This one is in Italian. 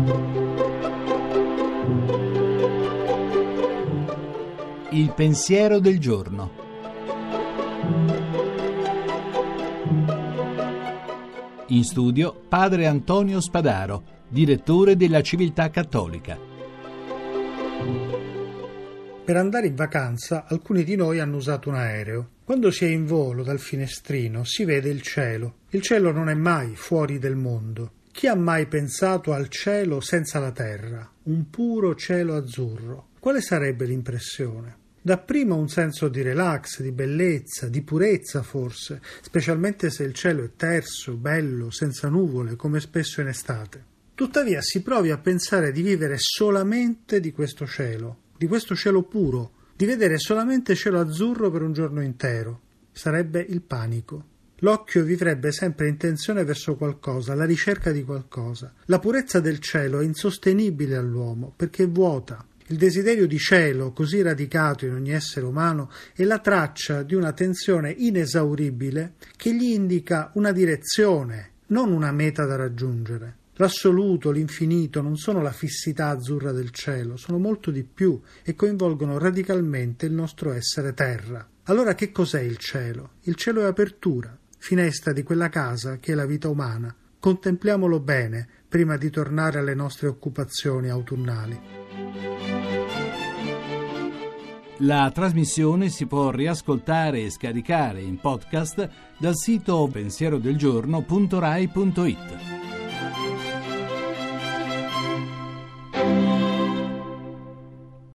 Il pensiero del giorno. In studio padre Antonio Spadaro, direttore della Civiltà Cattolica. Per andare in vacanza alcuni di noi hanno usato un aereo. Quando si è in volo dal finestrino si vede il cielo. Il cielo non è mai fuori del mondo. Chi ha mai pensato al cielo senza la terra? Un puro cielo azzurro. Quale sarebbe l'impressione? Dapprima un senso di relax, di bellezza, di purezza forse, specialmente se il cielo è terso, bello, senza nuvole, come spesso in estate. Tuttavia si provi a pensare di vivere solamente di questo cielo puro, di vedere solamente cielo azzurro per un giorno intero. Sarebbe il panico. L'occhio vivrebbe sempre in tensione verso qualcosa, alla ricerca di qualcosa. La purezza del cielo è insostenibile all'uomo perché è vuota. Il desiderio di cielo, così radicato in ogni essere umano, è la traccia di una tensione inesauribile che gli indica una direzione, non una meta da raggiungere. L'assoluto, l'infinito non sono la fissità azzurra del cielo, sono molto di più e coinvolgono radicalmente il nostro essere terra. Allora che cos'è il cielo? Il cielo è apertura, finestra di quella casa che è la vita umana. Contempliamolo bene prima di tornare alle nostre occupazioni autunnali. La trasmissione si può riascoltare e scaricare in podcast dal sito pensierodelgiorno.rai.it.